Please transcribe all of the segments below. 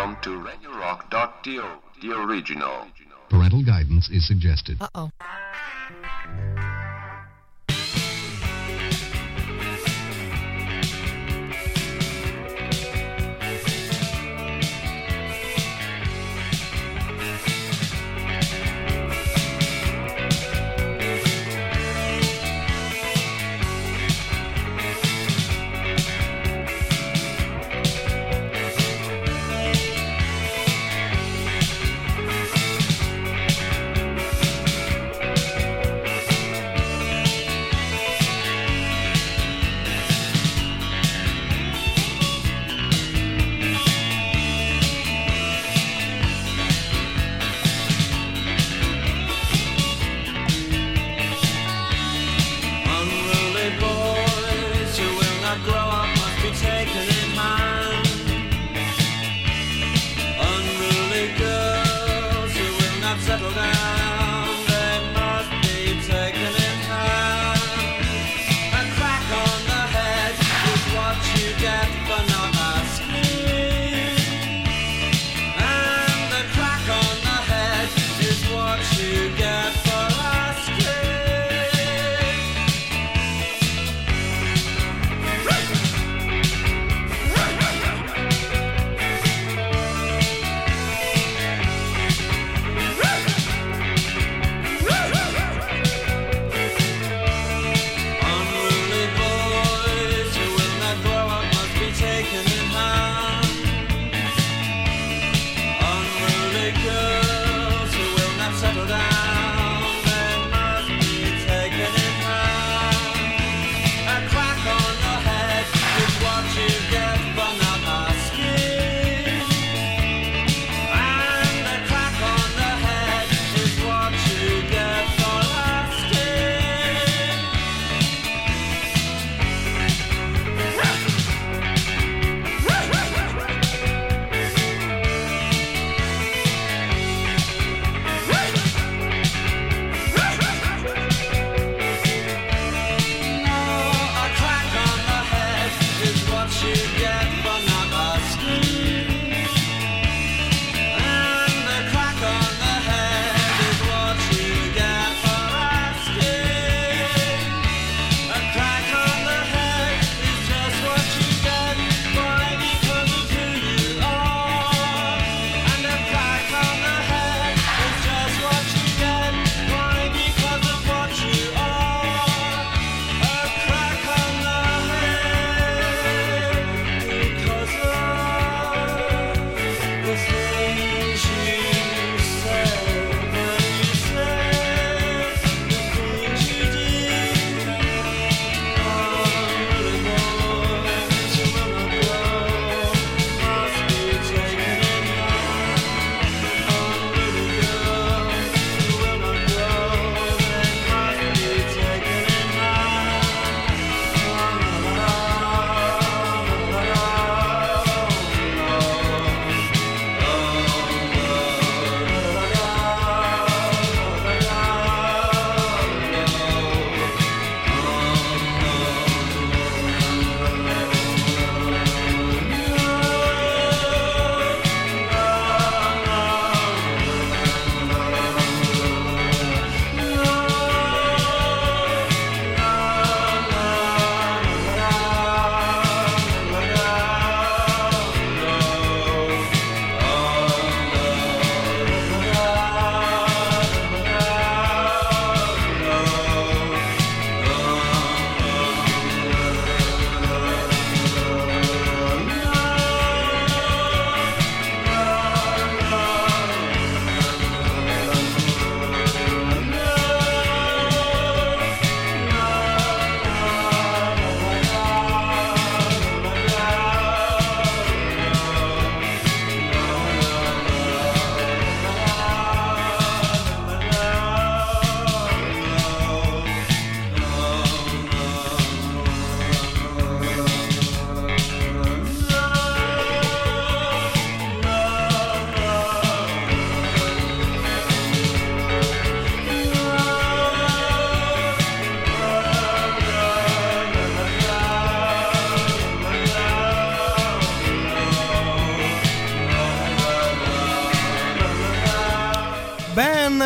Welcome to RadioRock.to, the original. Parental guidance is suggested. Uh-oh.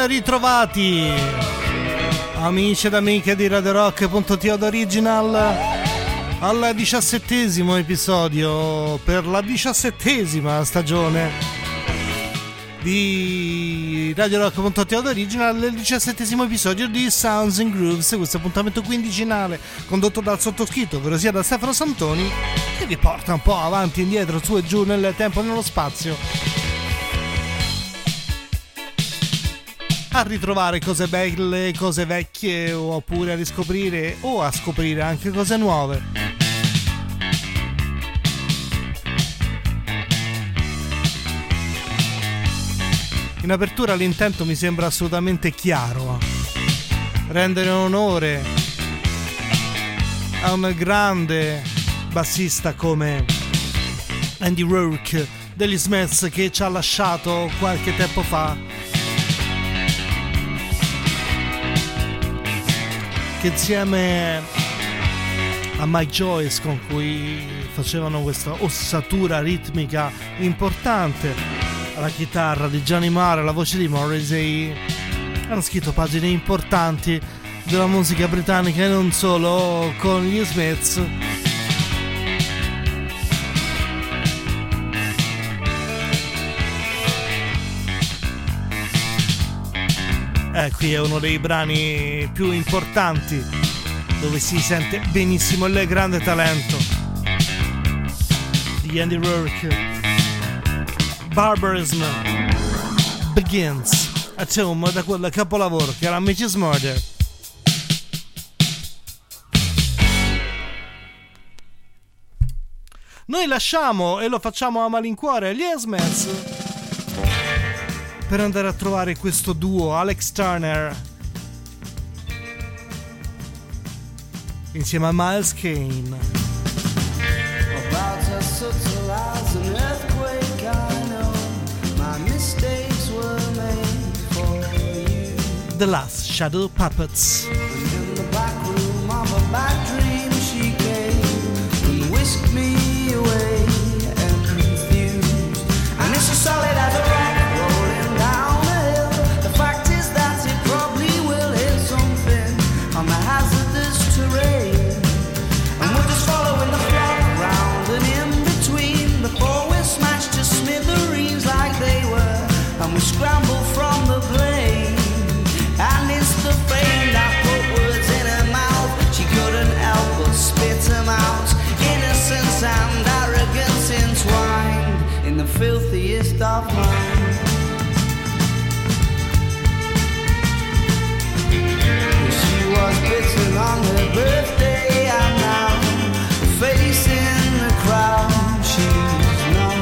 Ben ritrovati amici ed amiche di Radio Rock.it Original al 17° episodio per la 17ª stagione di Radio Rock.it Original, il 17° episodio di Sounds and Grooves, questo appuntamento quindicinale condotto dal sottoscritto, ovvero sia da Stefano Santoni, che vi porta un po' avanti e indietro, su e giù nel tempo e nello spazio, a ritrovare cose belle, cose vecchie, oppure a riscoprire o a scoprire anche cose nuove. In apertura l'intento mi sembra assolutamente chiaro: rendere onore a un grande bassista come Andy Rourke degli Smiths, che ci ha lasciato qualche tempo fa, che insieme a Mike Joyce, con cui facevano questa ossatura ritmica importante, alla chitarra di Johnny Marr, alla voce di Morrissey, hanno scritto pagine importanti della musica britannica e non solo, con gli Smiths. Qui è uno dei brani più importanti, dove si sente benissimo il grande talento di Andy Rourke. Barbarism Begins at Home, da quel capolavoro che era Mrs. Murder. Noi lasciamo, e lo facciamo a malincuore, gli Smiths per andare a trovare questo duo, Alex Turner insieme a Miles Kane. About as subtle as an earthquake, I know my mistakes were made for you. The Last Shadow Puppets. And in the back room of a bad dream she came and whisked me away and confused. And it's as solid as a rock rolling down a hill. The fact is that it probably will hit something on the hazardous terrain. And we're just following the flock round and in between before we're smashed to smithereens like they were, and we scramble from the plane. And it's the fame that put words in her mouth. She couldn't help but spit them out. Innocence and arrogance entwined in the filthiest of minds. She was bitten on her birthday, and now the face in the crowd she's not.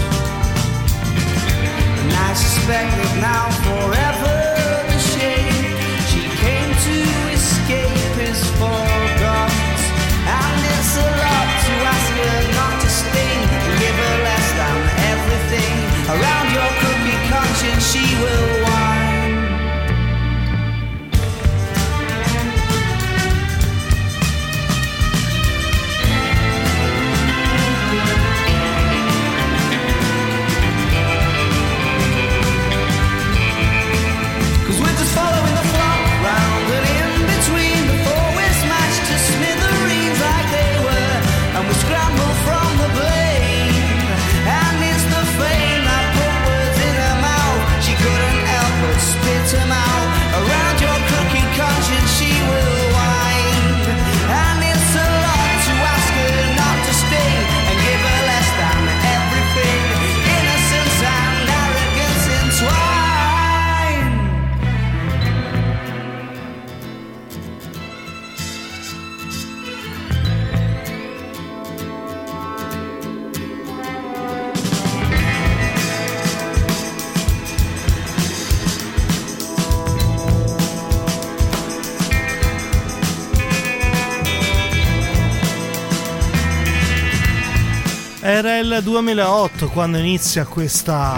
And I suspect that now forever the shade she came to escape is forgot. And it's a lot to ask her not to sting and give her less than everything. Around your cookie conscience she will whine. Following the flock round and in between before we're smashed to smithereens like they were, and we scramble from the blame. And it's the fame that put words in her mouth. She couldn't help but spit them out. Around your cookie conscience she will whine. And it's a lot to ask her not to sting and give her less than everything. Innocence and arrogance entwined. Era il 2008 quando inizia questo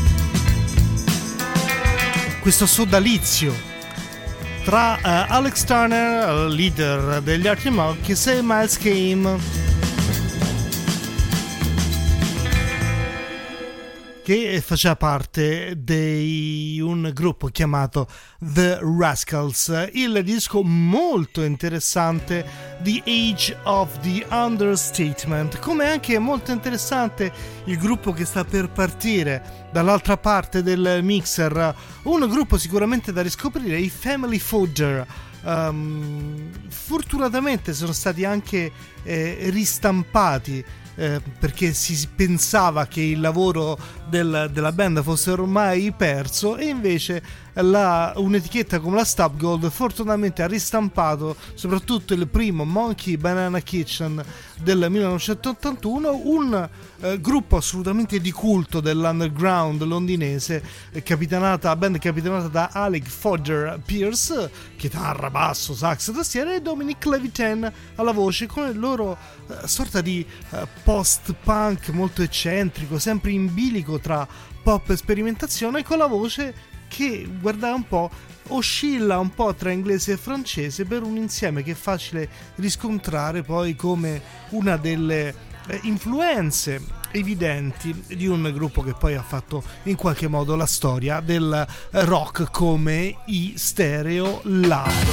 sodalizio tra Alex Turner, leader degli Arctic Monkeys, e Miles Kane, che faceva parte di un gruppo chiamato The Rascals. Il disco molto interessante, The Age of the Understatement, come anche molto interessante il gruppo che sta per partire dall'altra parte del mixer, un gruppo sicuramente da riscoprire, i Family Fodder. Fortunatamente sono stati anche ristampati, perché si pensava che il lavoro della band fosse ormai perso, e invece un'etichetta come la Stub Gold fortunatamente ha ristampato soprattutto il primo Monkey Banana Kitchen del 1981, un gruppo assolutamente di culto dell'underground londinese, band capitanata da Alec Fodder Pierce, chitarra, basso, sax, tastiera, e Dominic Levitan alla voce, con il loro sorta di post-punk molto eccentrico, sempre in bilico tra pop e sperimentazione, con la voce che, guardate un po', oscilla un po' tra inglese e francese, per un insieme che è facile riscontrare poi come una delle influenze evidenti di un gruppo che poi ha fatto in qualche modo la storia del rock, come i Stereo Lab.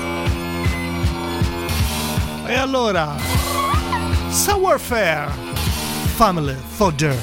E allora, Sour Fare, Family Fodder.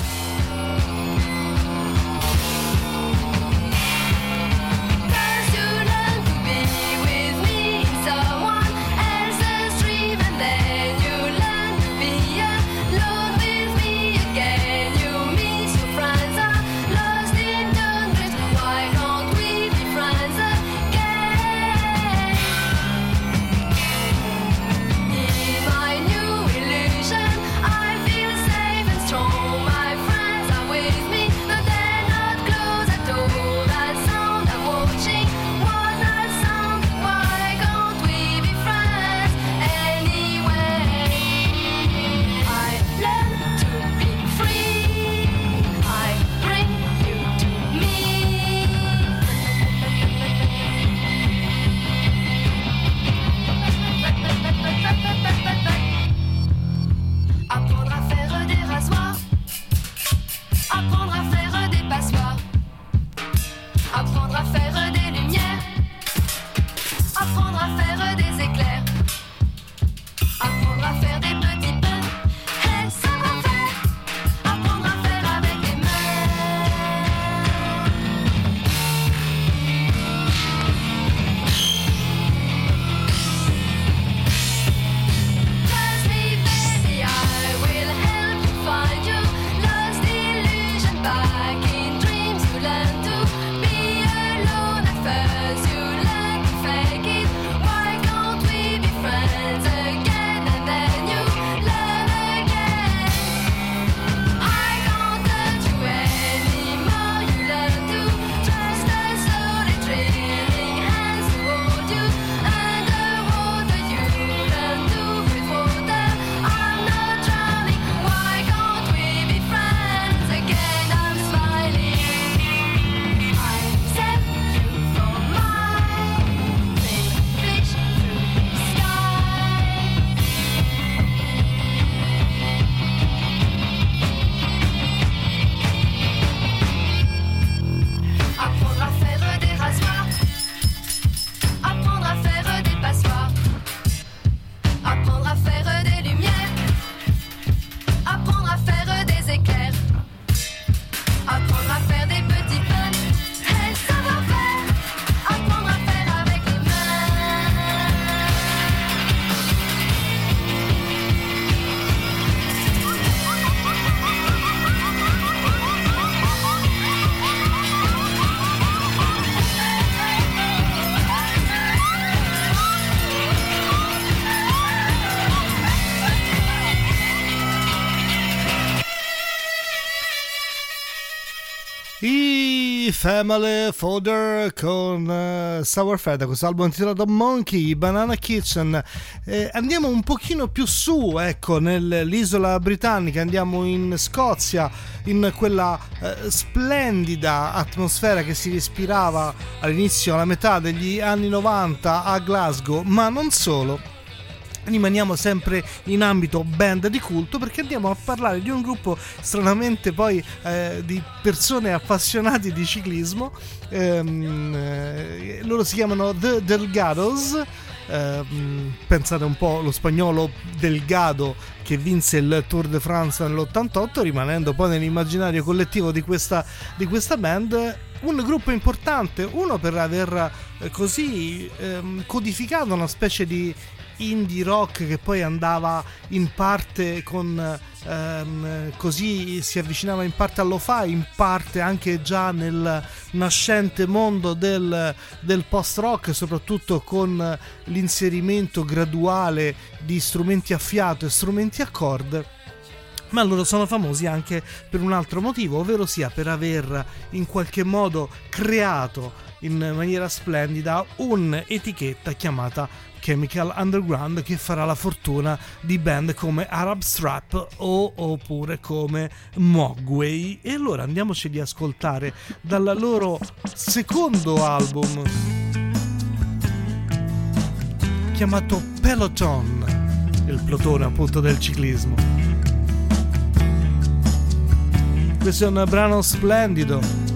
Family Fodder con Sour Fare, questo album intitolato Monkey Banana Kitchen. Andiamo un pochino più su, ecco, nell'isola britannica, andiamo in Scozia, in quella splendida atmosfera che si respirava all'inizio, alla metà degli anni 90 a Glasgow, ma non solo. rimaniamo sempre in ambito band di culto, perché andiamo a parlare di un gruppo stranamente poi di persone appassionate di ciclismo. Loro si chiamano The Delgados. Pensate un po', lo spagnolo Delgado che vinse il Tour de France nell'88, rimanendo poi nell'immaginario collettivo di questa band. Un gruppo importante, uno per aver così codificato una specie di indie rock che poi andava in parte con così si avvicinava in parte allo fi, in parte anche già nel nascente mondo del post rock, soprattutto con l'inserimento graduale di strumenti a fiato e strumenti a corde. Ma loro sono famosi anche per un altro motivo, ovvero sia per aver in qualche modo creato in maniera splendida un'etichetta chiamata Chemical Underground, che farà la fortuna di band come Arab Strap oppure come Mogwai. E allora andiamoci di ascoltare dal loro secondo album chiamato Peloton, il plotone appunto del ciclismo. Questo è un brano splendido,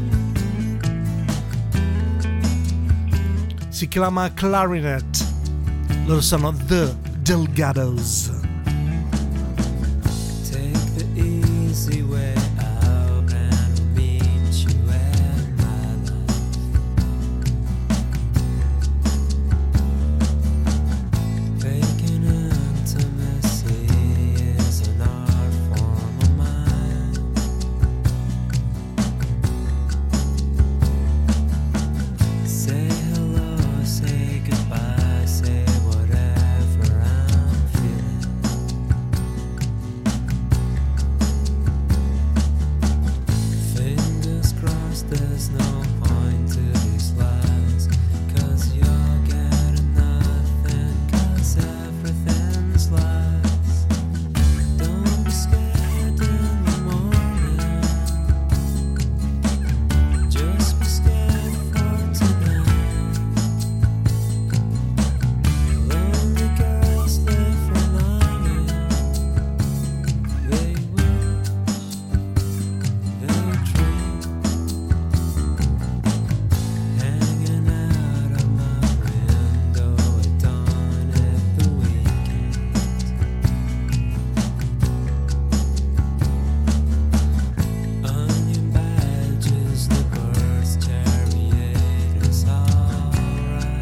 si chiama Clarinet. Loro sono The Delgados. Take the easy way out and I'll meet you at my life. Faking intimacy is an art form of mine. Say hello, say goodbye, say whatever I'm feeling. Fingers crossed there's no point to these lies, 'cause you're getting nothing, 'cause everything's lies. Don't be scared in the morning, just be scared for tonight. Lonely girls live for longing, they wish, they dream, hanging out of my window at dawn at the weekend. Onion badges, the birds, chariots, alright.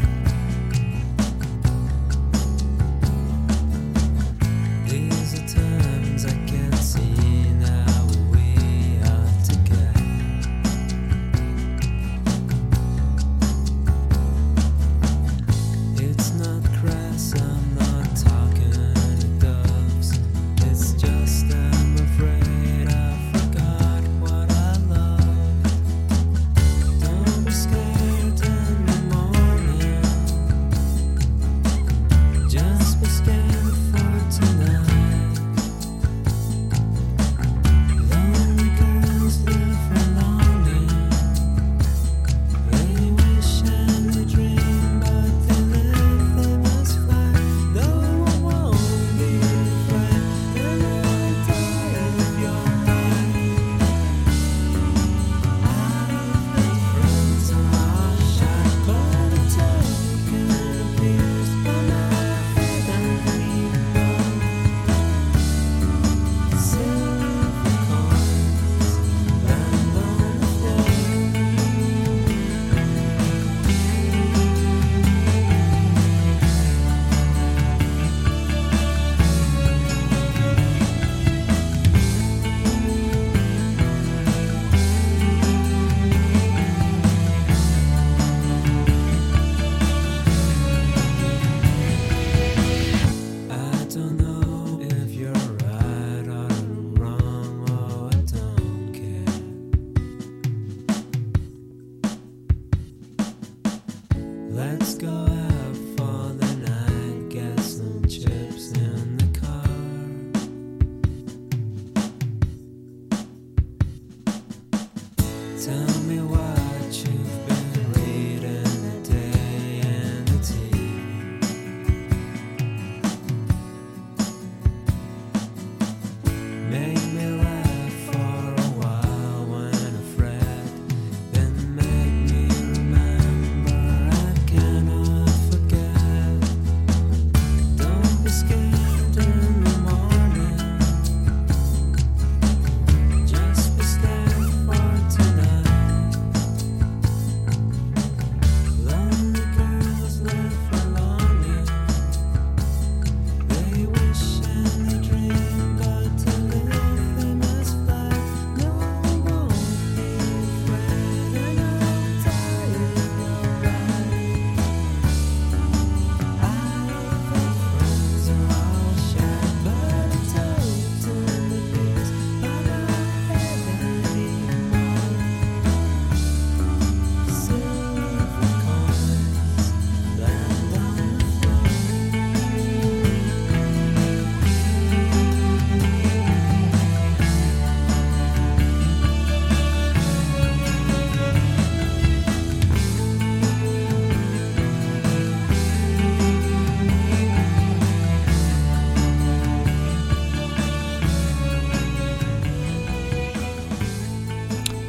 These are times I can see now we are together. It's not crass, I'm not talking to doves. It's just I'm afraid I forgot what I love. Don't be scared in the morning, just be scared for tonight. Lonely girls live for longing, they wish and they dream, but they live, they must fly. Though I won't be afraid, and I'll die if you're mine. I've been friends on my shot, but a token appears by my head and green gold. Silver coins land on the floor. I don't know if you're right or wrong, oh, I don't care. Let's go out for the night, get some chips in the car. Tell me what you've been reading today in the TV.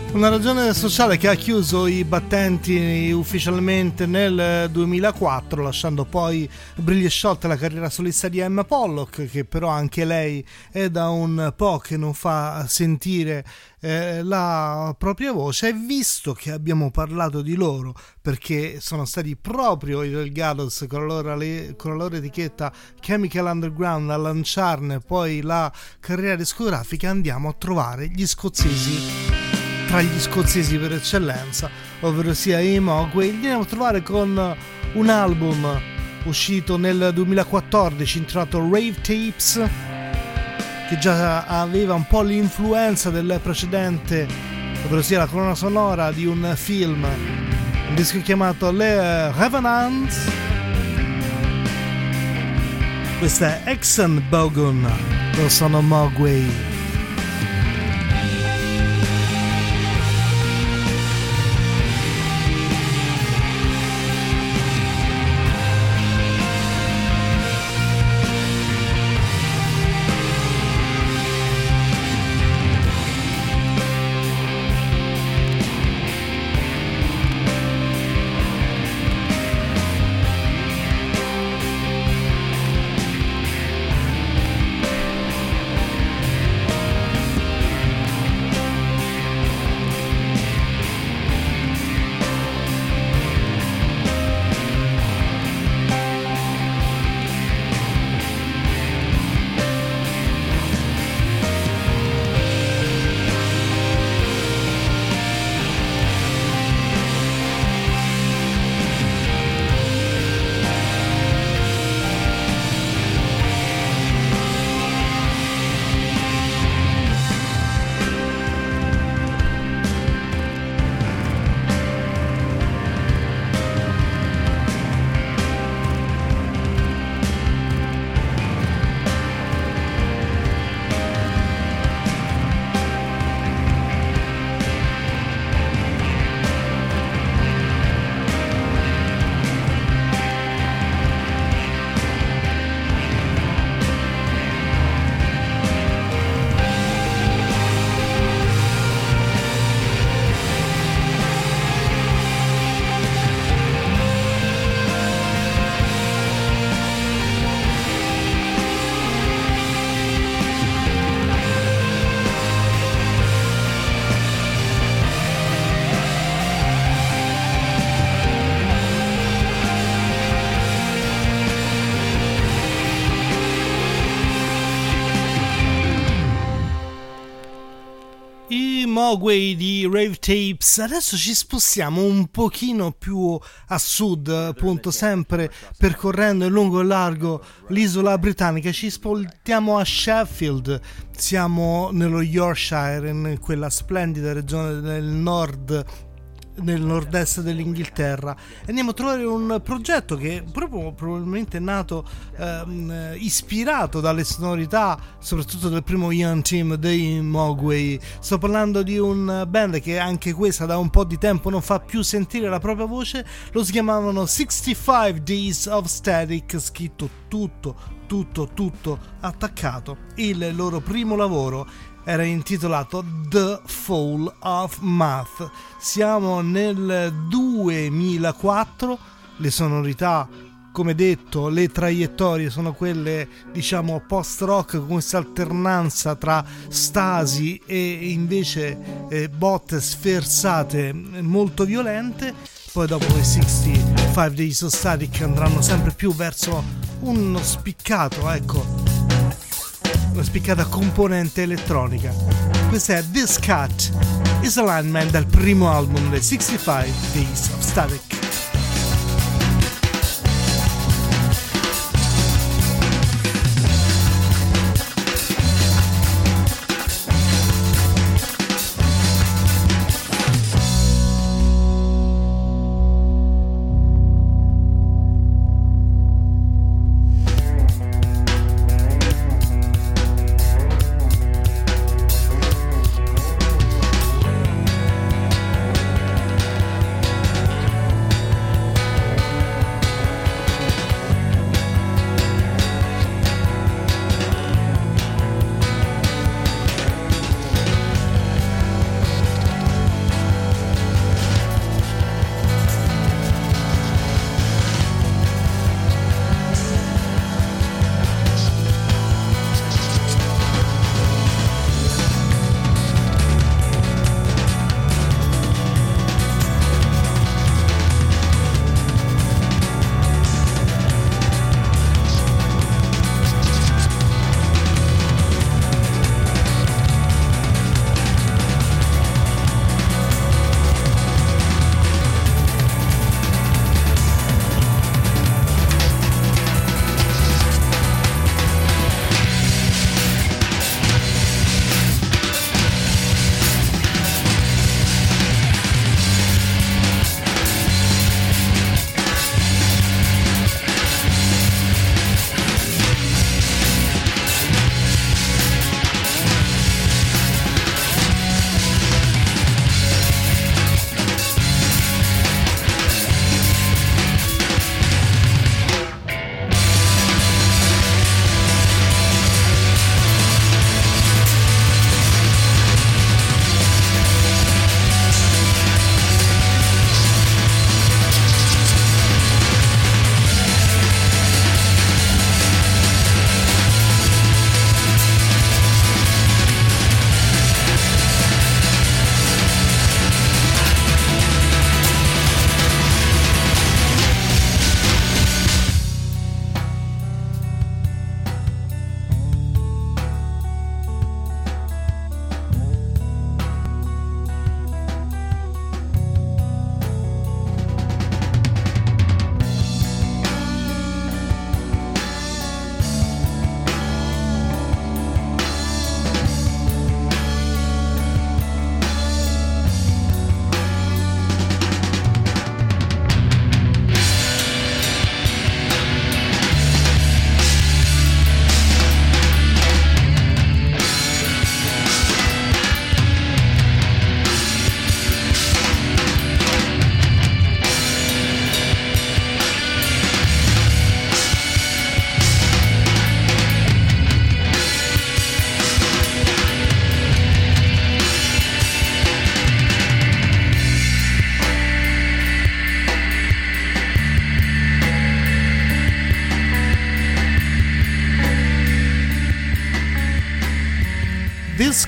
Una ragione sociale che ha chiuso i battenti ufficialmente nel 2004, lasciando poi briglie sciolte la carriera solista di Emma Pollock, che però anche lei è da un po' che non fa sentire la propria voce. E visto che abbiamo parlato di loro, perché sono stati proprio i Delgados con la loro etichetta Chemical Underground a lanciarne poi la carriera discografica, andiamo a trovare gli scozzesi tra gli scozzesi per eccellenza, ovvero sia i Mogwai. Li andiamo a trovare con un album uscito nel 2014 intitolato Rave Tapes, che già aveva un po' l'influenza del precedente, ovvero sia la colonna sonora di un film, un disco chiamato Le Revenants. Questa è Exxon Bogun, loro sono Mogwai. Mogwai di Rave Tapes. Adesso ci spostiamo un pochino più a sud, appunto, sempre percorrendo in lungo e largo l'isola britannica. Ci spostiamo a Sheffield, siamo nello Yorkshire, in quella splendida regione del nord-est dell'Inghilterra, e andiamo a trovare un progetto che è proprio probabilmente nato ispirato dalle sonorità soprattutto del primo Young Team dei Mogwai. Sto parlando di un band che anche questa da un po' di tempo non fa più sentire la propria voce. Lo si chiamavano 65 Days of Static, scritto tutto attaccato. Il loro primo lavoro era intitolato The Fall of Math. Siamo nel 2004, le sonorità, come detto, le traiettorie sono quelle, diciamo, post-rock, con questa alternanza tra stasi e invece botte sferzate molto violente. Poi dopo i 65 Days of Static andranno sempre più verso uno spiccato, una spiccata componente elettronica. Questa è This Cat is Alignment dal primo album dei 65 Days of Static.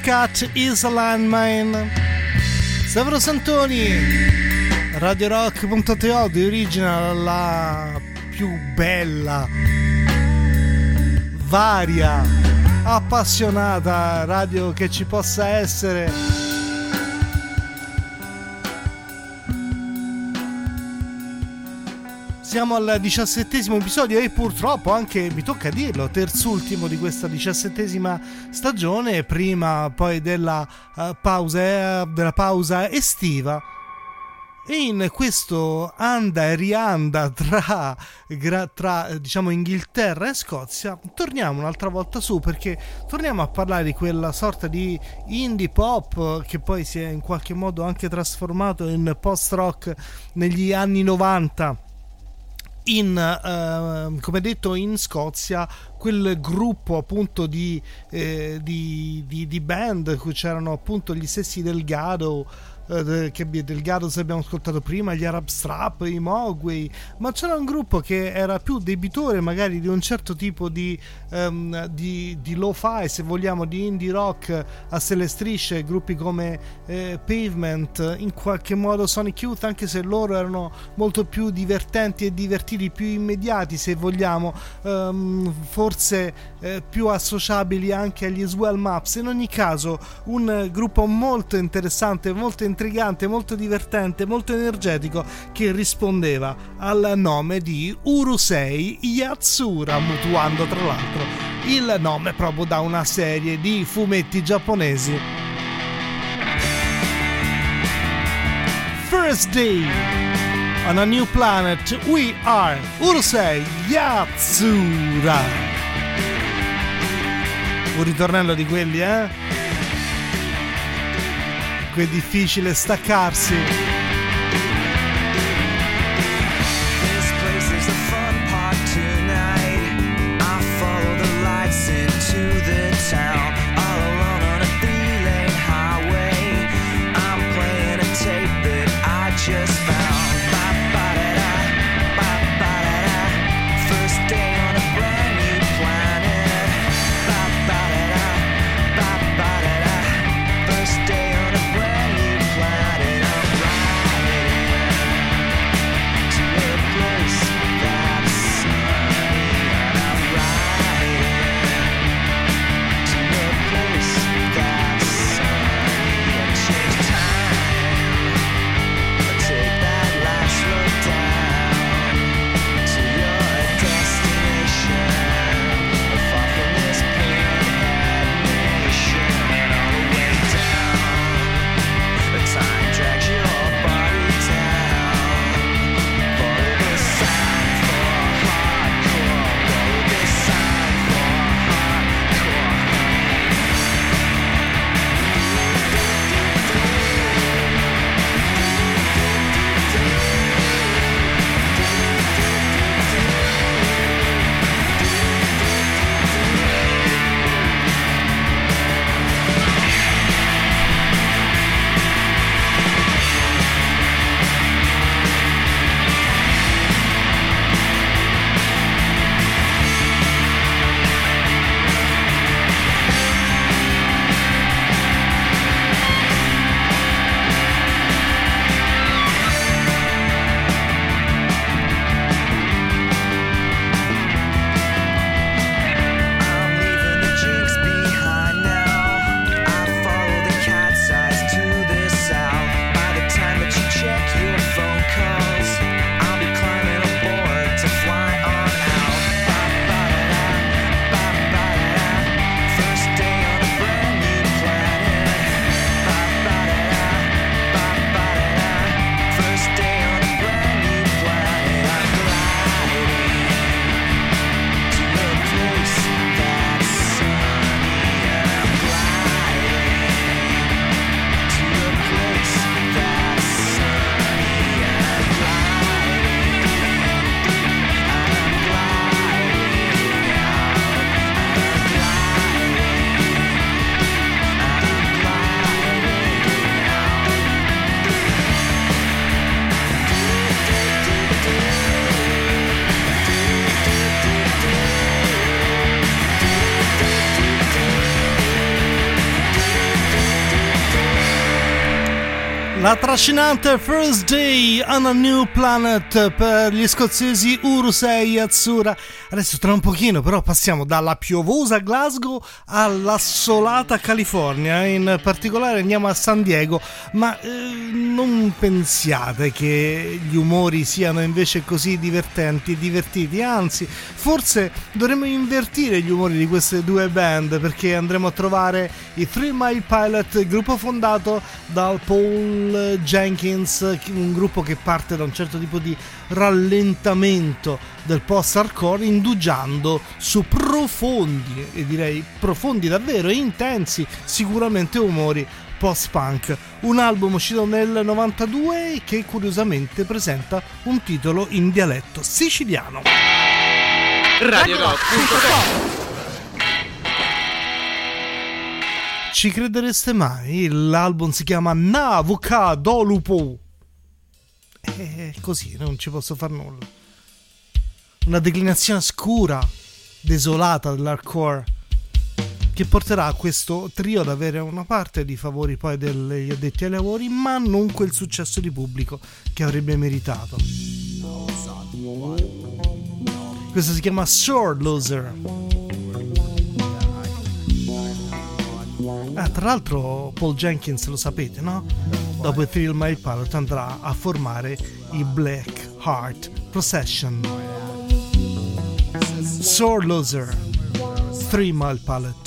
Cat is a Landmine. Severo Santoni, Radio Rock.to di Original, la più bella, varia, appassionata radio che ci possa essere. Siamo al 17° episodio e purtroppo anche, mi tocca dirlo, terzultimo di questa 17ª stagione, prima poi della pausa estiva. E in questo anda e rianda tra diciamo Inghilterra e Scozia torniamo un'altra volta su, perché torniamo a parlare di quella sorta di indie pop che poi si è in qualche modo anche trasformato in post rock negli anni 90. Come detto, in Scozia, quel gruppo appunto di band, cui c'erano appunto gli stessi Delgado, se abbiamo ascoltato prima, gli Arab Strap, i Mogwai, ma c'era un gruppo che era più debitore magari di un certo tipo di lo-fi, se vogliamo, di indie rock a sé le strisce, gruppi come Pavement, in qualche modo Sonic Youth, anche se loro erano molto più divertenti e divertiti, più immediati se vogliamo, forse più associabili anche agli Swell Maps. In ogni caso un gruppo molto interessante, molto intrigante, molto divertente, molto energetico, che rispondeva al nome di Urusei Yatsura, mutuando tra l'altro il nome proprio da una serie di fumetti giapponesi. First Day on a New Planet, we are Urusei Yatsura. Un ritornello di quelli, che è difficile staccarsi. This place is the fun part tonight. I follow the lights into the town, all alone on a 3-lane highway. I'm playing a tape that I just found. Ba-ba-da-da, ba-ba-da-da. First day on a brand new planet. Ba-ba-da-da, ba-ba-da-da. First day on a brand new planet. I'm La trascinante First Day on a New Planet per gli scozzesi Urusei Yatsura. Adesso tra un pochino però passiamo dalla piovosa Glasgow all'assolata California, in particolare andiamo a San Diego, ma non pensiate che gli umori siano invece così divertiti, anzi forse dovremmo invertire gli umori di queste due band, perché andremo a trovare i 3 Mile Pilot, il gruppo fondato da Paul Jenkins, un gruppo che parte da un certo tipo di rallentamento del post-hardcore, indugiando su profondi, e direi profondi davvero e intensi, sicuramente umori post-punk. Un album uscito nel 92 che curiosamente presenta un titolo in dialetto siciliano. RadioRock.com. Ci credereste mai? L'album si chiama Navuka Dolupo. Così, non ci posso far nulla. Una declinazione scura, desolata dell'hardcore, che porterà a questo trio ad avere una parte di favori poi degli addetti ai lavori, ma non quel successo di pubblico che avrebbe meritato. Questo si chiama Sword Loser. Tra l'altro Paul Jenkins, lo sapete, no? Dopo i 3 Mile Pilot andrà a formare i Black Heart Procession. Sword Loser, 3 Mile Pilot.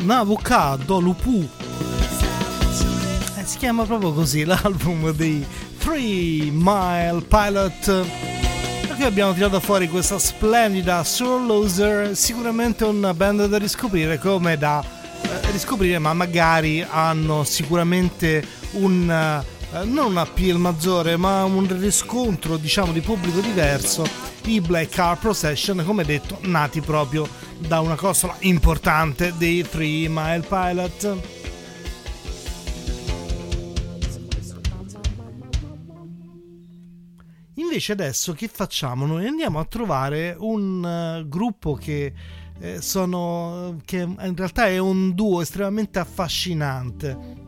Navukado Lupu. Si chiama proprio così l'album dei 3 Mile Pilot. Da qui abbiamo tirato fuori questa splendida Soul Loser, sicuramente una band da riscoprire, come da riscoprire, ma magari hanno sicuramente un non un appeal maggiore, ma un riscontro, diciamo, di pubblico diverso. I Black Car Procession, come detto, nati proprio da una costola importante dei 3 Mile Pilot. Invece adesso che facciamo? Noi andiamo a trovare un gruppo che che in realtà è un duo estremamente affascinante.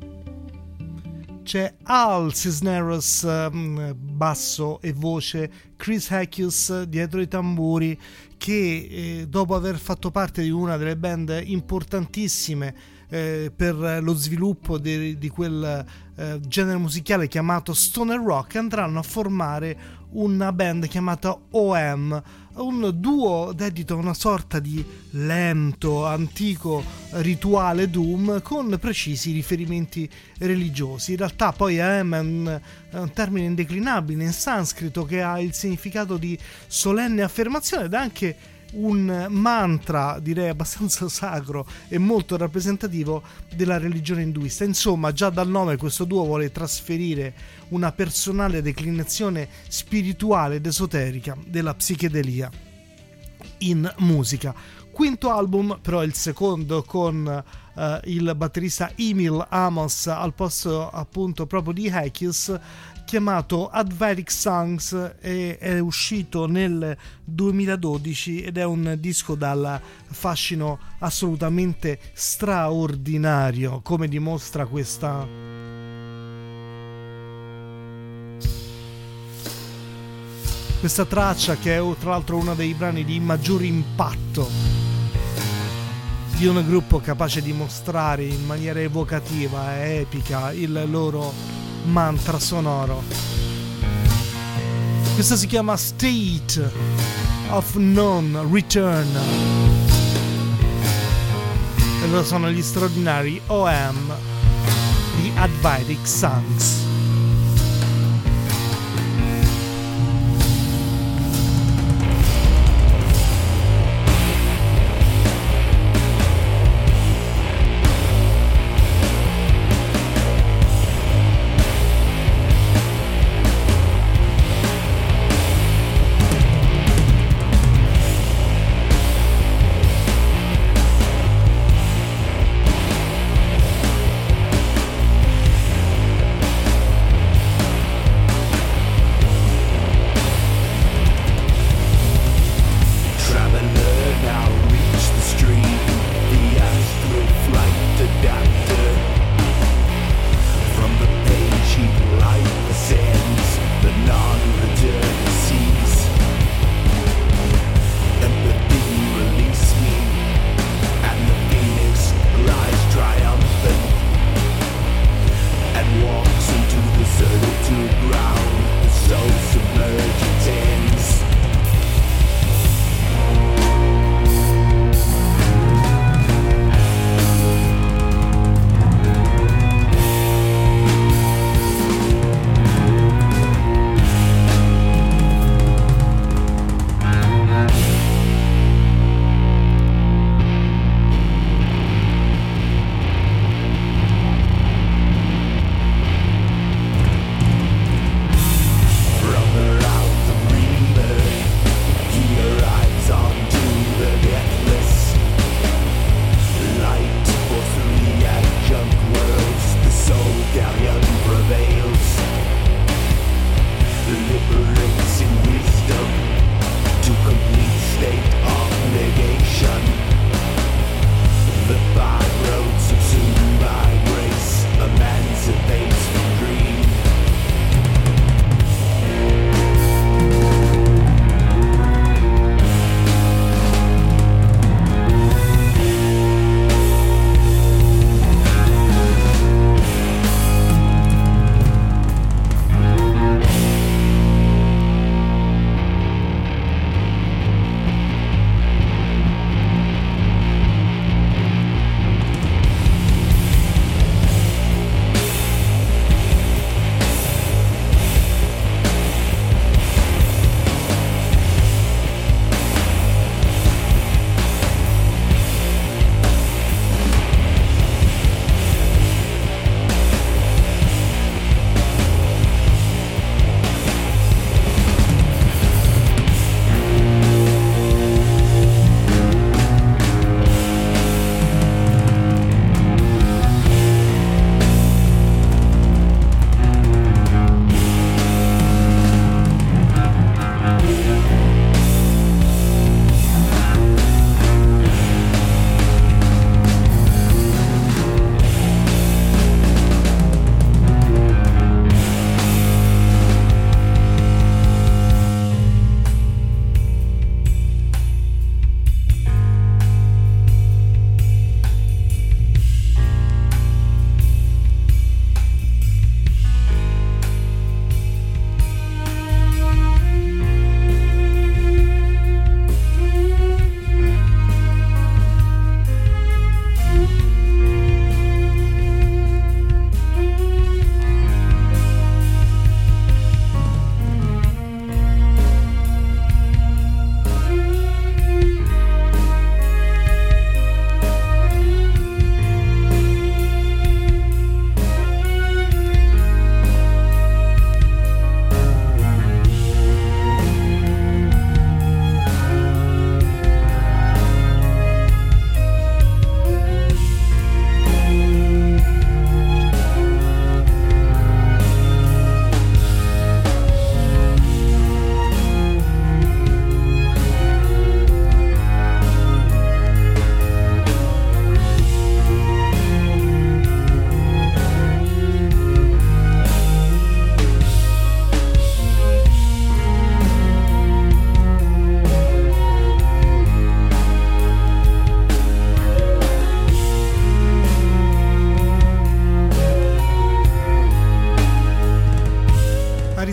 C'è Al Cisneros basso e voce, Chris Heckius dietro i tamburi, che dopo aver fatto parte di una delle band importantissime per lo sviluppo di quel genere musicale chiamato stoner rock, andranno a formare una band chiamata OM, un duo dedito a una sorta di lento, antico rituale doom con precisi riferimenti religiosi. In realtà poi OM è un termine indeclinabile in sanscrito che ha il significato di solenne affermazione ed anche un mantra, direi abbastanza sacro e molto rappresentativo della religione induista. Insomma, già dal nome questo duo vuole trasferire una personale declinazione spirituale ed esoterica della psichedelia in musica. Quinto album, però il secondo, con il batterista Emil Amos al posto appunto proprio di Heckius, chiamato Advaitic Songs, è uscito nel 2012 ed è un disco dal fascino assolutamente straordinario, come dimostra questa traccia, che è tra l'altro uno dei brani di maggior impatto di un gruppo capace di mostrare in maniera evocativa e epica il loro mantra sonoro. Questo si chiama State of Non Return e loro sono gli straordinari OM di Advaitic Songs.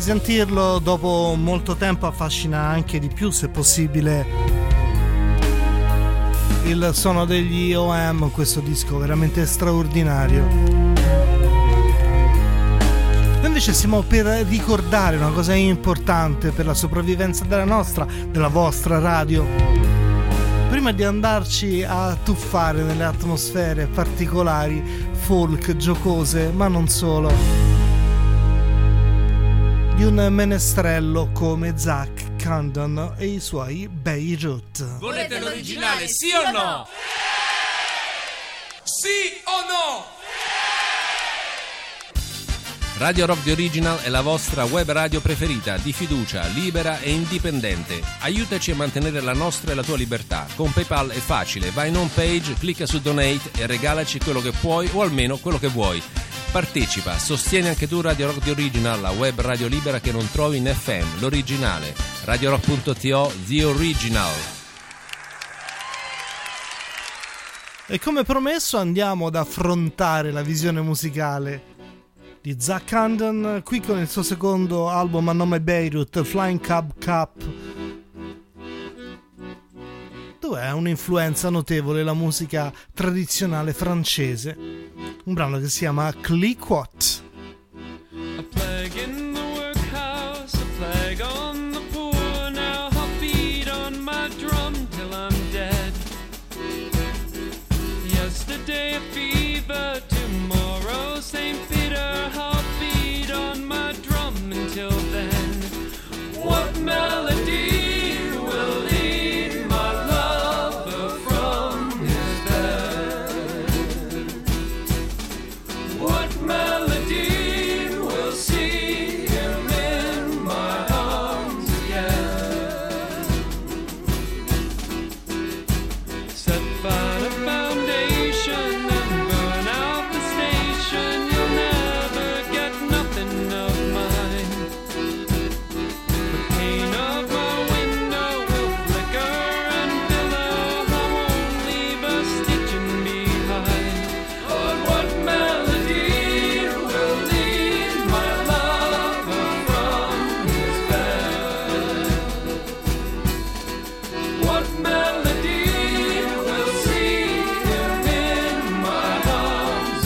risentirlo dopo molto tempo affascina anche di più, se possibile, il suono degli OM, questo disco veramente straordinario. Noi invece stiamo per ricordare una cosa importante per la sopravvivenza della nostra, della vostra radio. Prima di andarci a tuffare nelle atmosfere particolari, folk, giocose, ma non solo, di un menestrello come Zach Condon e i suoi Beirut. Volete l'originale, sì o no? Sì o no? Radio Rock The Original è la vostra web radio preferita, di fiducia, libera e indipendente. Aiutaci a mantenere la nostra e la tua libertà. Con PayPal è facile, vai in home page, clicca su Donate e regalaci quello che puoi o almeno quello che vuoi. Partecipa, sostieni anche tu Radio Rock The Original, la web radio libera che non trovi in FM, l'originale. RadioRock.to, The Original. E come promesso andiamo ad affrontare la visione musicale di Zach Condon, qui con il suo secondo album a nome Beirut, Flying Cub Cup, dove è un'influenza notevole la musica tradizionale francese, un brano che si chiama Cliquot. A plague in the workhouse, a plague on the poor. Now I'll beat on my drum till I'm dead. Yesterday a fever, tomorrow St. Peter. I'll beat on my drum until then. What melody will lead my lover from his bed? What melody will see him in my arms again? Set by the foundation and burn out the station. You'll never get nothing of mine. The pane of my window will flicker and billow. I won't leave a stitching behind. But what melody will lead my lover from his bed? What melody will see him in my arms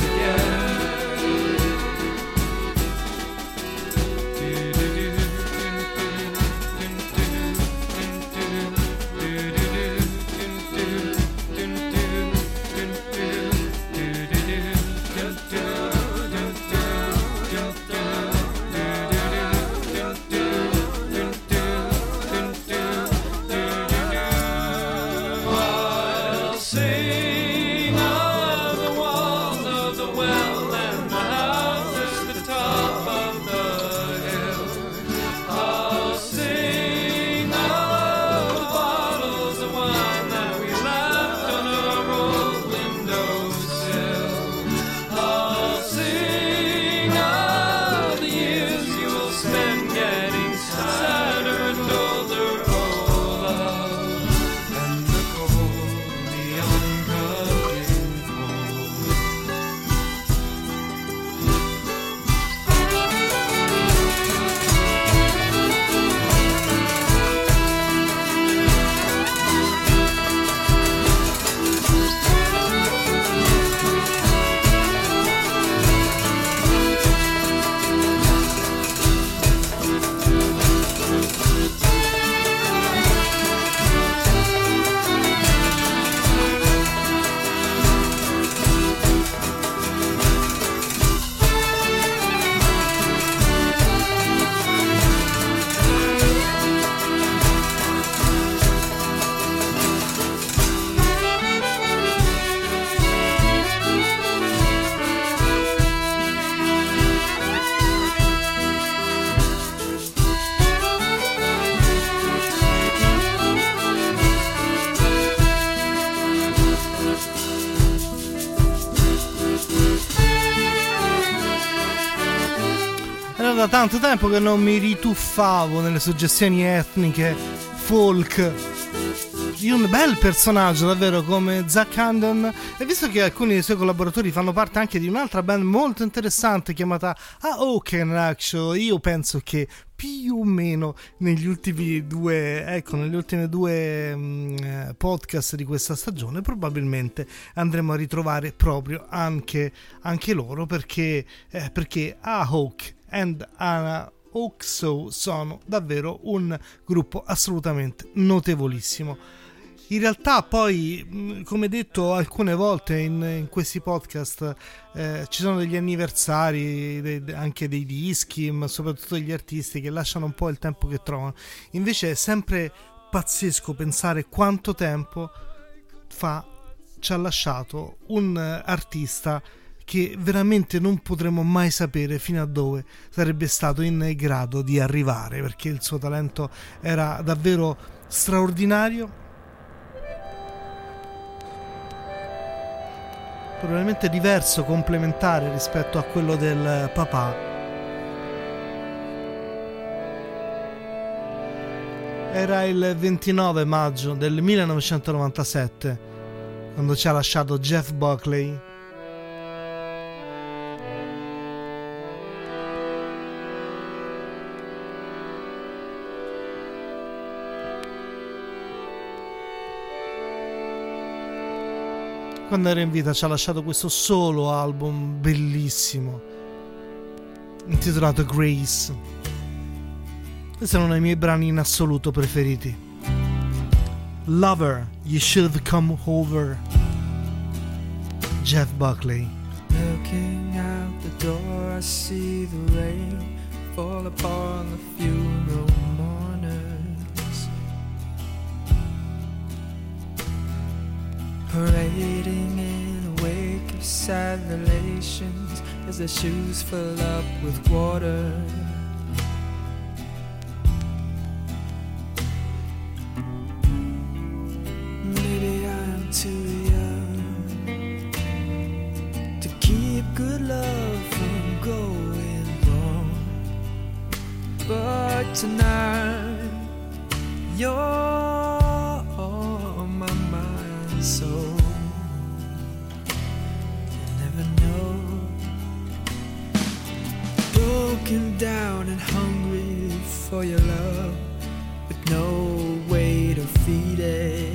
I'll sing of the wall of the well and the house at the top of the hill. I'll sing of the bottles of wine that we left on our old windowsill. I'll sing of the years you will spend getting sadder and older. Oh, love, and the cold, the uncoming cold. Era da tanto tempo che non mi rituffavo nelle suggestioni etniche, folk, di un bel personaggio davvero come Zack Handon, e visto che alcuni dei suoi collaboratori fanno parte anche di un'altra band molto interessante chiamata Hawk and Axel, io penso che più o meno negli ultimi due podcast di questa stagione probabilmente andremo a ritrovare proprio anche loro, perché Hawk and Axel sono davvero un gruppo assolutamente notevolissimo. In realtà poi, come detto alcune volte in questi podcast, ci sono degli anniversari anche dei dischi, ma soprattutto degli artisti che lasciano un po' il tempo che trovano. Invece è sempre pazzesco pensare quanto tempo fa ci ha lasciato un artista che veramente non potremo mai sapere fino a dove sarebbe stato in grado di arrivare, perché il suo talento era davvero straordinario, probabilmente diverso, complementare rispetto a quello del papà. Era il 29 maggio del 1997 quando ci ha lasciato Jeff Buckley. Quando era in vita ci ha lasciato questo solo album bellissimo intitolato Grace. Questo è uno dei miei brani in assoluto preferiti. Lover, You Should Come Over, Jeff Buckley. Looking out the door, I see the rain fall upon the funeral mourners, parading in a wake of sad relations as their shoes fill up with water. Maybe I'm too young to keep good love from going wrong, but tonight you're on my mind, so you never know. Broken down and hungry for your love, with no way to feed it.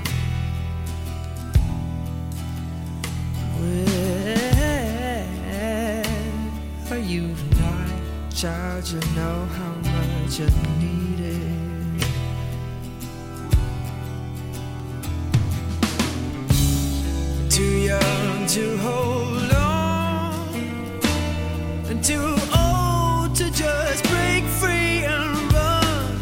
Where are you tonight, child? You know how much I need it. Too young to hold on, and too old to just break free and run.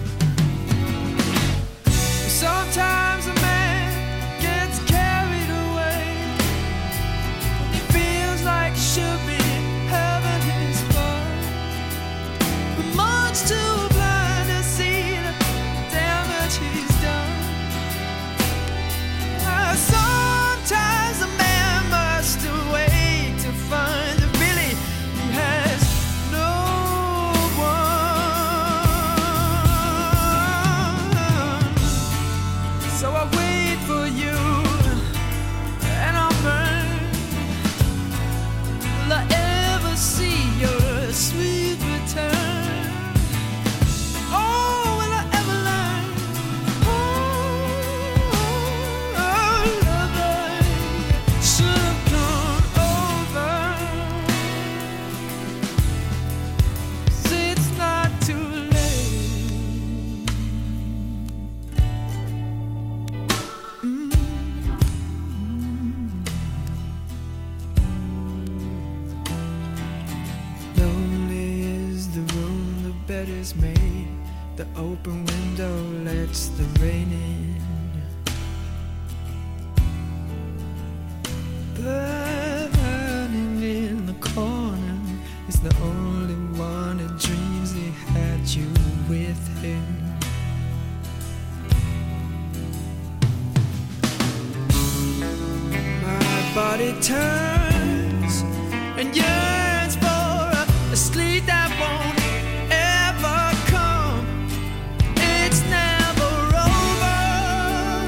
Sometimes a man gets carried away, he feels like it should be having his fun, but much too blind to see the damage he's done. Sometimes a man must wait to find that really he has no one. So I wait for you, and I'll burn. Will I ever see your sweet return? Oh, will I ever learn? Oh, lover, should have come over. See, it's not too late. Lonely is the room the bed is made, the open window lets the rain in. Burning in the corner is the only one that dreams he had you with him. My body turns and yearns for a sleep that won't ever come. It's never over.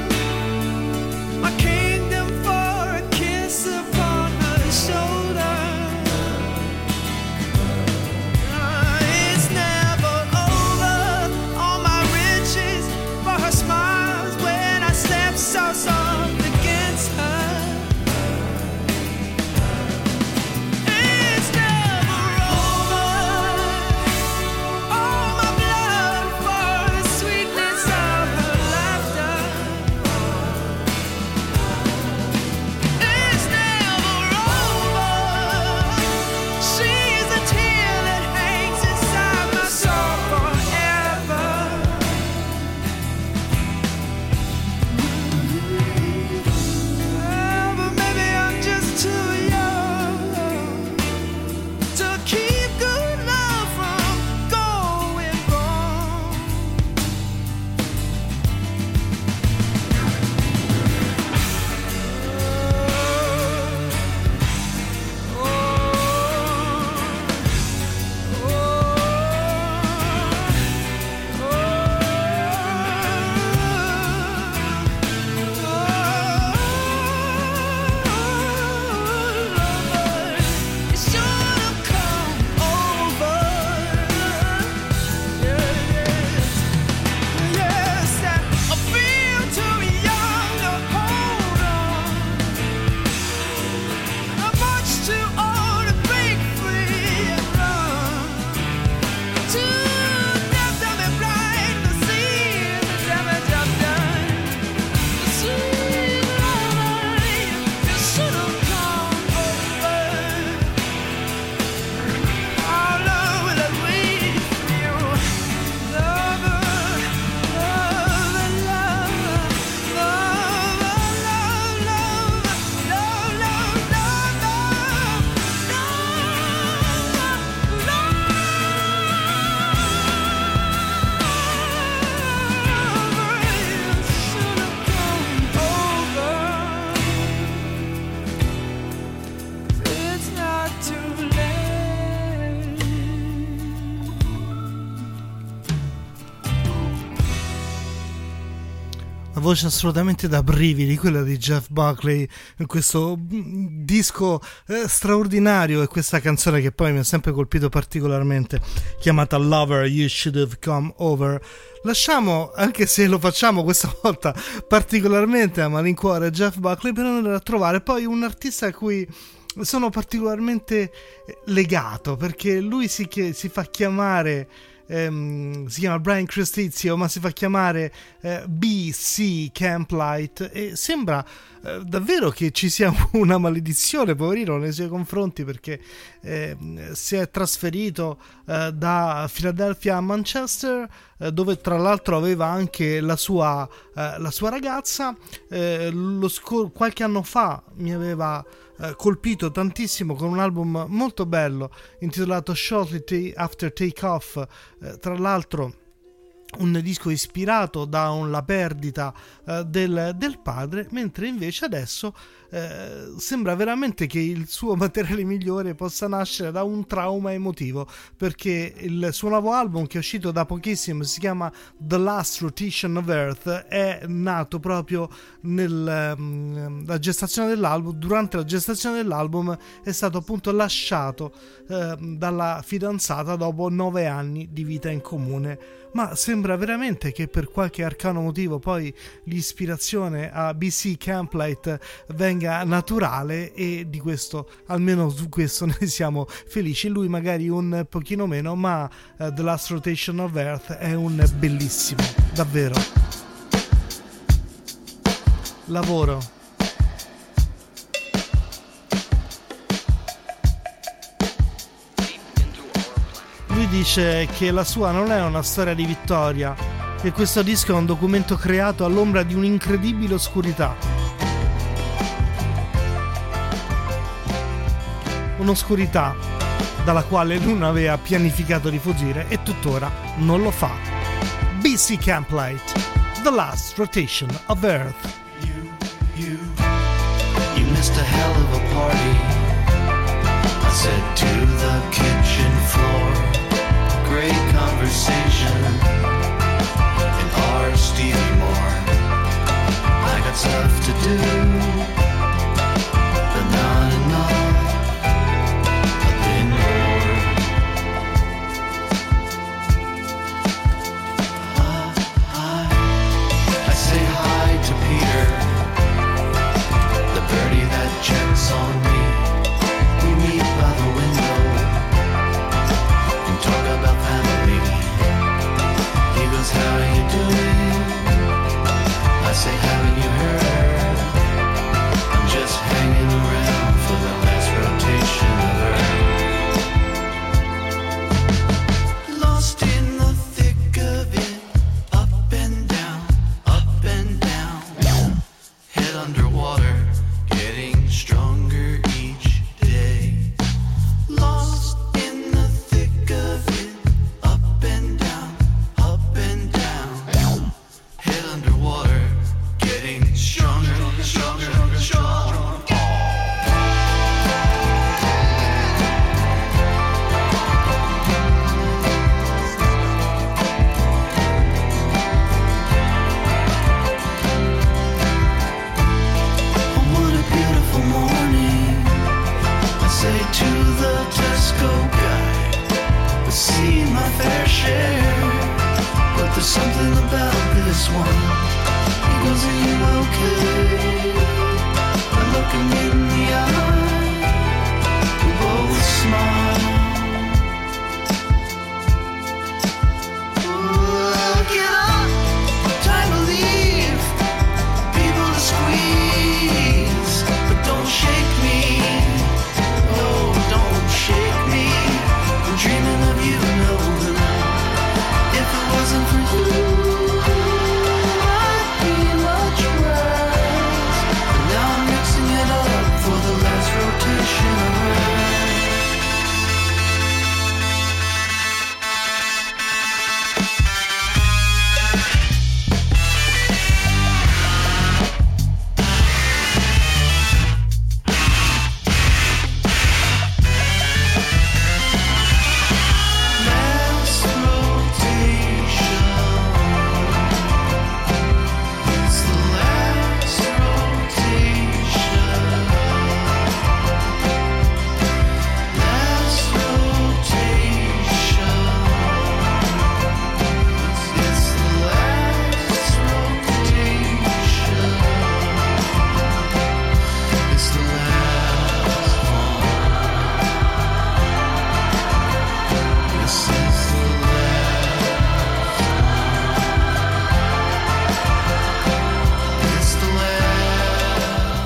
Una voce assolutamente da brividi, quella di Jeff Buckley, in questo disco straordinario, e questa canzone che poi mi ha sempre colpito particolarmente, chiamata Lover, You Should Have Come Over. Lasciamo, anche se lo facciamo questa volta particolarmente a malincuore, Jeff Buckley, per andare a trovare poi un artista a cui sono particolarmente legato, perché lui si fa chiamare... si chiama Brian Crestizio, ma si fa chiamare BC Camplight, e sembra davvero che ci sia una maledizione, poverino, nei suoi confronti, perché si è trasferito da Philadelphia a Manchester, dove tra l'altro aveva anche la sua ragazza. Qualche anno fa mi aveva colpito tantissimo con un album molto bello intitolato Shortly After Takeoff, tra l'altro un disco ispirato dalla perdita del padre, mentre invece adesso sembra veramente che il suo materiale migliore possa nascere da un trauma emotivo, perché il suo nuovo album, che è uscito da pochissimo, si chiama The Last Rotation of Earth, è nato proprio la gestazione dell'album. Durante la gestazione dell'album è stato appunto lasciato dalla fidanzata dopo 9 anni di vita in comune, ma sembra veramente che per qualche arcano motivo poi l'ispirazione a BC Camplight venga naturale, e di questo, almeno su questo, ne siamo felici. Lui magari un pochino meno, ma The Last Rotation of Earth è un bellissimo, davvero, lavoro. Lui dice che la sua non è una storia di vittoria, che questo disco è un documento creato all'ombra di un'incredibile oscurità. Un'oscurità dalla quale non aveva pianificato di fuggire e tuttora non lo fa. BC Camplight, The Last Rotation of Earth. You missed a hell of a party. I said to the kitchen floor. Great conversation in our Stevie Moore. I got stuff to do, but not enough. I've been bored. I say hi to Peter, the birdie that checks on me. We meet by the window and talk about family. He goes, how are you doing? I say, haven't you heard? I'm just hanging around for the last rotation of Earth. Lost in the thick of it, up and down, head underwater, getting stronger each day. Lost in the thick of it, up and down, head underwater, getting stronger, stronger, stronger. What a beautiful morning, I say to the Tesco guy. I've seen my fair share, but there's something about this one. He goes, are you okay? I look him in the eye, we both smile. Ooh, get up, time to leave. People to squeeze, but don't shake me. Oh, don't shake me. I'm dreaming of you, no. If it wasn't for you, I'd be much worse. But now I'm mixing it up for the last rotation of Earth.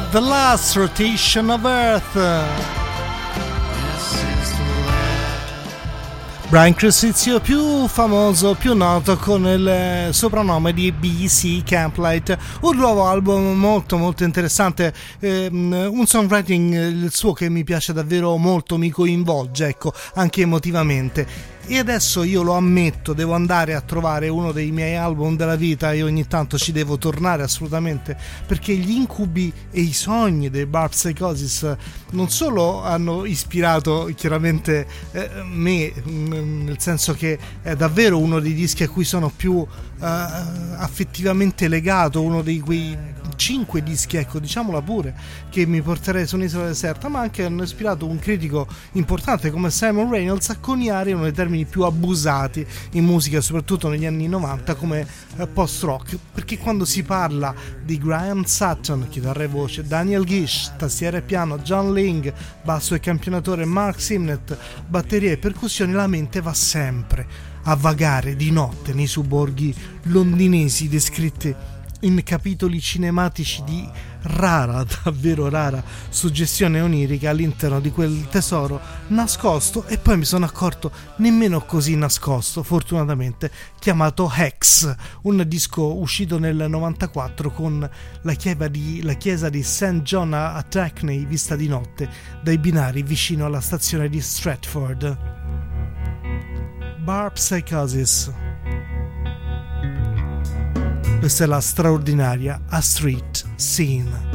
The Last Rotation of Earth. Brian Crescizio, più famoso, più noto con il soprannome di BC Camplight, un nuovo album molto molto interessante, un songwriting il suo che mi piace davvero molto, mi coinvolge, ecco, anche emotivamente. E adesso io lo ammetto, devo andare a trovare uno dei miei album della vita e ogni tanto ci devo tornare assolutamente, perché gli incubi e i sogni dei Barb Psychosis non solo hanno ispirato chiaramente me, nel senso che è davvero uno dei dischi a cui sono più affettivamente legato, uno di quei 5 dischi, ecco, diciamola pure, che mi porterei su un'isola deserta, ma anche hanno ispirato un critico importante come Simon Reynolds a coniare uno dei termini più abusati in musica, soprattutto negli anni 90, come post-rock, perché quando si parla di Graham Sutton, chitarra e voce, Daniel Gish, tastiera e piano, John Ling, basso e campionatore, Mark Simnett, batteria e percussioni, la mente va sempre a vagare di notte nei sobborghi londinesi descritti in capitoli cinematici di rara, davvero rara suggestione onirica all'interno di quel tesoro nascosto, e poi mi sono accorto nemmeno così nascosto, fortunatamente, chiamato Hex, un disco uscito nel 94 con la chiesa di St. John a Hackney vista di notte dai binari vicino alla stazione di Stratford. Barb Psychosis. Questa è la straordinaria A Street Scene.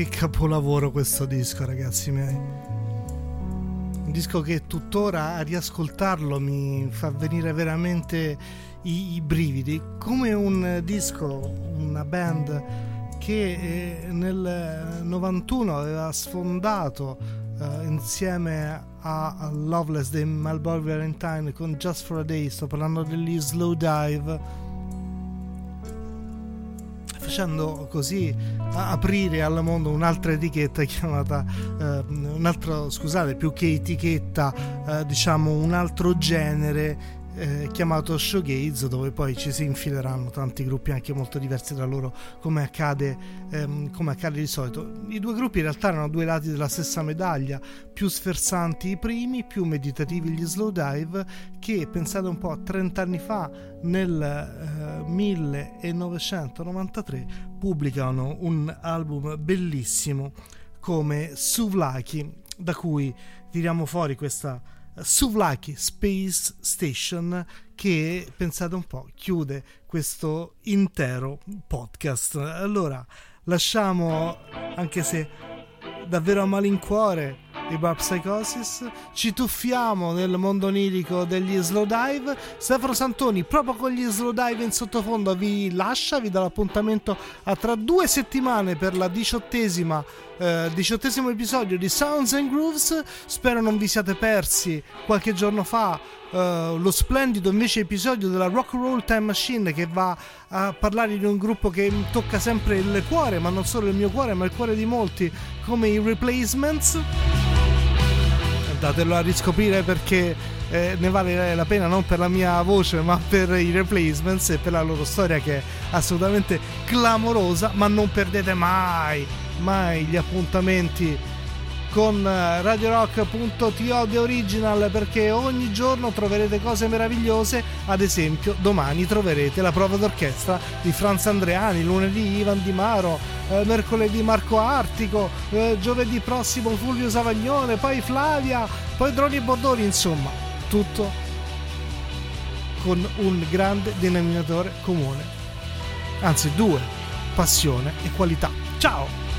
Che capolavoro questo disco, ragazzi miei. Un disco che tuttora a riascoltarlo mi fa venire veramente i brividi. Come un disco, una band che nel 91 aveva sfondato insieme a Loveless dei Melbourne Valentine con Just for a Day. Sto parlando degli Slowdive, facendo così aprire al mondo un'altra etichetta chiamata più che etichetta, diciamo un altro genere chiamato shoegaze, dove poi ci si infileranno tanti gruppi anche molto diversi da loro, come accade di solito. I due gruppi in realtà erano due lati della stessa medaglia: più sferzanti i primi, più meditativi gli Slowdive, che pensate un po', 30 anni fa, nel 1993 pubblicano un album bellissimo come Souvlaki, da cui tiriamo fuori questa Souvlaki Space Station, che, pensate un po', chiude questo intero podcast. Allora lasciamo, anche se davvero a malincuore, i Barb Psychosis, ci tuffiamo nel mondo onirico degli Slowdive. Stefano Santoni, proprio con gli Slowdive in sottofondo, vi lascia, vi dà l'appuntamento a tra 2 settimane per la 18esimo episodio di Sounds and Grooves. Spero non vi siate persi qualche giorno fa lo splendido invece episodio della Rock and Roll Time Machine, che va a parlare di un gruppo che mi tocca sempre il cuore, ma non solo il mio cuore ma il cuore di molti, come i Replacements. Andatelo a riscoprire, perché ne vale la pena, non per la mia voce ma per i Replacements e per la loro storia, che è assolutamente clamorosa. Ma non perdete mai gli appuntamenti con radiorock.to The Original, perché ogni giorno troverete cose meravigliose. Ad esempio domani troverete la prova d'orchestra di Franz Andreani, lunedì Ivan Di Maro, mercoledì Marco Artico, giovedì prossimo Fulvio Savagnone, poi Flavia, poi Droni e Bordoni, insomma tutto con un grande denominatore comune, anzi 2: passione e qualità. Ciao!